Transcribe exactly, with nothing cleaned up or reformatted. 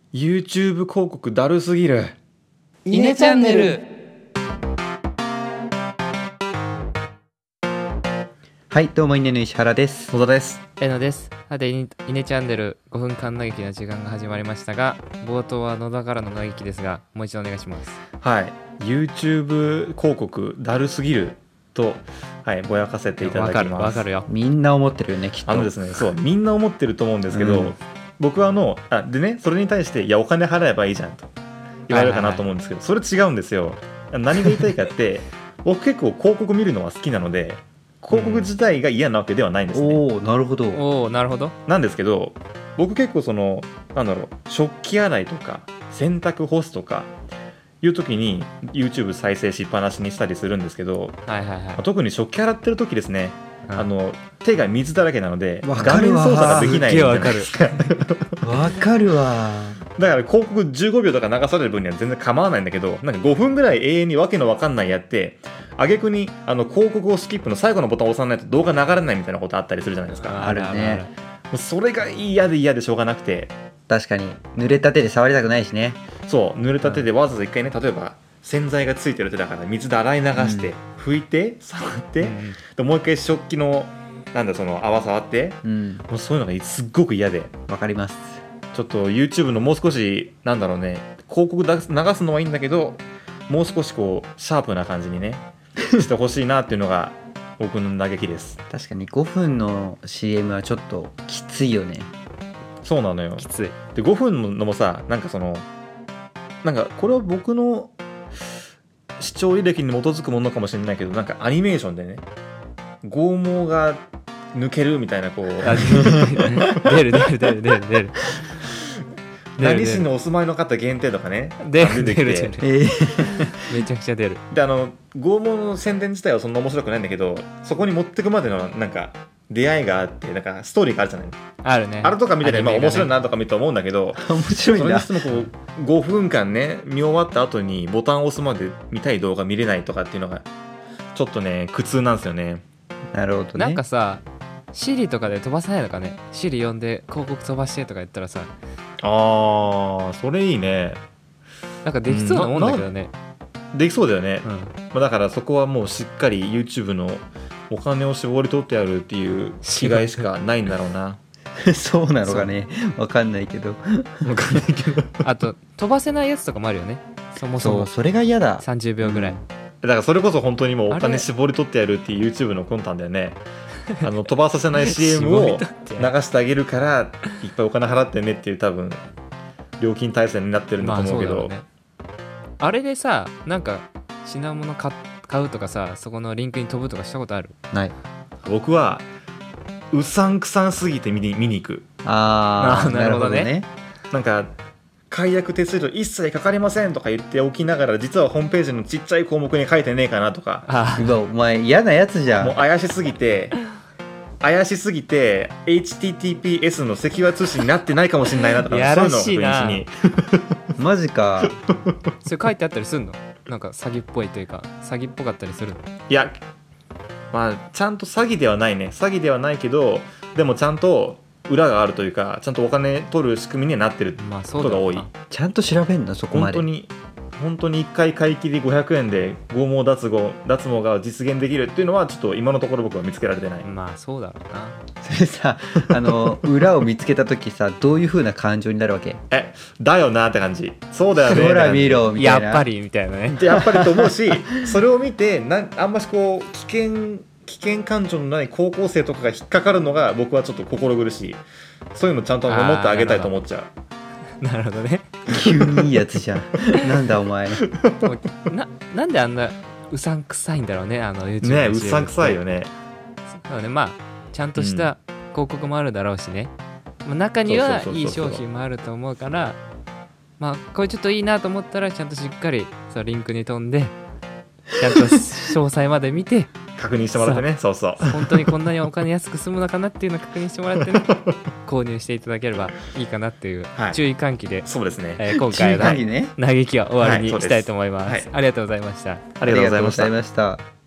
YouTube 広告だるすぎる。 イネチャンネル。 はい、どうもイネの石原です。 野田です。 えのです。さて、イネチャンネルごふんかん嘆きの時間が始まりましたが、冒頭は野田からの嘆きですが、もう一度お願いします。 はい、YouTube 広告だるすぎると、はい、ぼやかせていただきます。わかるわかるよ。 みんな思ってるよね、きっと。 あのですね、そう、みんな思ってると思うんですけど、うん、僕はあのあでね、それに対していやお金払えばいいじゃんと言われるかなと思うんですけど、それ違うんですよ。何が言いたいかって僕結構広告見るのは好きなので、広告自体が嫌なわけではないんですね。 うん、おー、なるほど。 おー、なるほど。 なんですけど、僕結構そのなんだろう、食器洗いとか洗濯干すとかいう時に YouTube 再生しっぱなしにしたりするんですけど、 はいはいはい、 まあ、特に食器洗ってる時ですね、うん、あの手が水だらけなので画面操作ができないじゃないですか。 わかるわ。 だから広告じゅうごびょうとか流される分には全然構わないんだけど、なんかごふんぐらい永遠にわけのわかんないやって、挙句にあの広告をスキップの最後のボタンを押さないと動画流れないみたいなことあったりするじゃないですか。 あるね。 もうそれが嫌で嫌でしょうがなくて。 確かに濡れた手で触りたくないしね。 そう濡れた手でわざわざ一回ね、例えば洗剤がついてる手だから水で洗い流して、うん、拭いて触って、うん、でもう一回食器のなんだその泡触って、うん、もうそういうのがすっごく嫌で。 わかります。 ちょっと YouTube のもう少しなんだろうね、広告流すのはいいんだけど、もう少しこうシャープな感じにねしてほしいなっていうのが僕の嘆きです。 確かにごふんの シーエム はちょっときついよね。 そうなのよ。 きつい。 でごふんのもさ、なんかそのなんかこれは僕の視聴履歴に基づくものかもしれないけど、なんかアニメーションでね、剛毛が抜けるみたいなこう出る出る出る出る出る何市のお住まいの方限定とかね、 出る出る出る、 えー、 めちゃくちゃ出る。 で、あの剛毛の宣伝自体はそんな面白くないんだけど、そこに持ってくまでのなんか出会いがあって、なんかストーリーがあるじゃない。 あるね。 あれとか見てね、まあ面白いなとか見て思うんだけど、 面白いな。 それにしてもこうごふんかんね見終わった後にボタンを押すまで見たい動画見れないとかっていうのがちょっとね苦痛なんですよね。 なるほどね。 なんかさ、Siri とかで飛ばせないのかね。 Siri 呼んで広告飛ばしてとか言ったらさ、 あーそれいいね。 なんかできそうなもんだけどね、 うん、できそうだよね、うん、まあ、だからそこはもうしっかり YouTube のお金を絞り取ってやるっていう気概しかないんだろうな。 そうなのかね、わかんないけどわかんないけどあと飛ばせないやつとかもあるよね。そもそもそう、それが嫌だ。 さんじゅうびょうぐらい、うん、 だからそれこそ本当にもうお金絞り取ってやるっていう YouTube の魂胆だよね。あの飛ばさせない シーエム を流してあげるからいっぱいお金払ってねっていう多分料金体制になってるんだと思うけど、まあそうだろうね。 あれでさ、なんか品物買うとかさ、そこのリンクに飛ぶとかしたことある？ ない。 僕はうさんくさんすぎて見に、見に行く。 ああ、なるほどね。 なんか解約手数料一切かかりませんとか言っておきながら、実はホームページのちっちゃい項目に書いてねえかなとか。 あうわ、お前嫌なやつじゃん。 もう怪しすぎて怪しすぎて エイチティーティーピーエス の赤外通信になってないかもしれないなとかやらしいな、 そういうのを確認しにマジか。 それ書いてあったりするの？なんか詐欺っぽいというか詐欺っぽかったりするの？ いや、まあちゃんと詐欺ではないね。詐欺ではないけど、でもちゃんと裏があるというか、ちゃんとお金取る仕組みにはなってることが多い。まあ、 ちゃんと調べんの、そこまで。 本当に本当にいっかい買い切りごひゃくえんで剛毛脱毛脱毛が実現できるっていうのはちょっと今のところ僕は見つけられてない。 まあそうだろうな。 それさ、あの裏を見つけた時さ、どういう風な感情になるわけ？ え、だよなって感じ。そうだよね。 ほら見ろみたいな。 やっぱりみたいなね。 やっぱりと思うし、それを見てなあんましこう危険危険感情のない高校生とかが引っかかるのが僕はちょっと心苦しい。そういうのちゃんと守ってあげたいと思っちゃう。 なるほどね。 急にいいやつじゃん。なんだお前。 な, なんであんなうさんくさいんだろうね、あの YouTube ね。うさんくさいよね。 そうね、まあちゃんとした広告もあるだろうしね、まあ、中にはいい商品もあると思うから、まあこれちょっといいなと思ったらちゃんとしっかりそうリンクに飛んでちゃんと詳細まで見て確認してもらってね。そうそう、 本当にこんなにお金安く済むのかなっていうのを確認してもらってね購入していただければいいかなっていう注意喚起で、はい、 そうですね、 えー、今回の嘆きは終わりにしたいと思います、はい、ありがとうございました。 ありがとうございました。